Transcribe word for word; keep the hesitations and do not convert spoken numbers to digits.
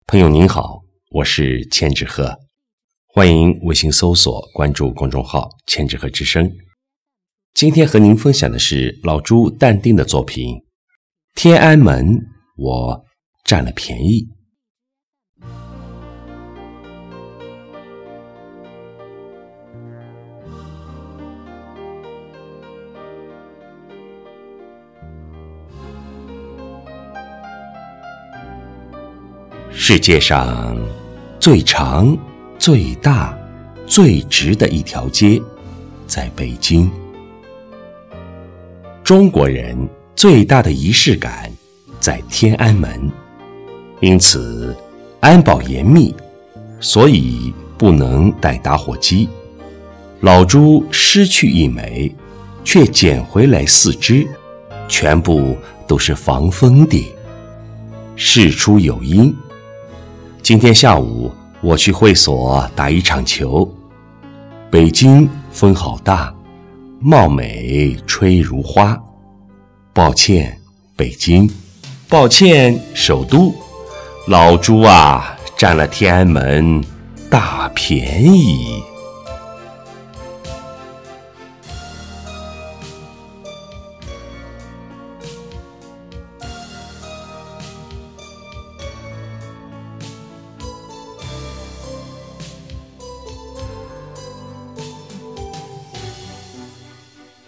朋友您好，我是千纸鹤，欢迎微信搜索关注公众号千纸鹤之声。今天和您分享的是老朱淡定的作品《天安门我占了便宜》。世界上最长、最大、最直的一条街在北京。中国人最大的仪式感在天安门，因此安保严密，所以不能带打火机。老朱失去一枚，却捡回来四只，全部都是防风的。事出有因，今天下午我去会所打一场球，北京风好大，貌美吹如花。抱歉北京，抱歉首都，老朱啊，占了天安门大便宜。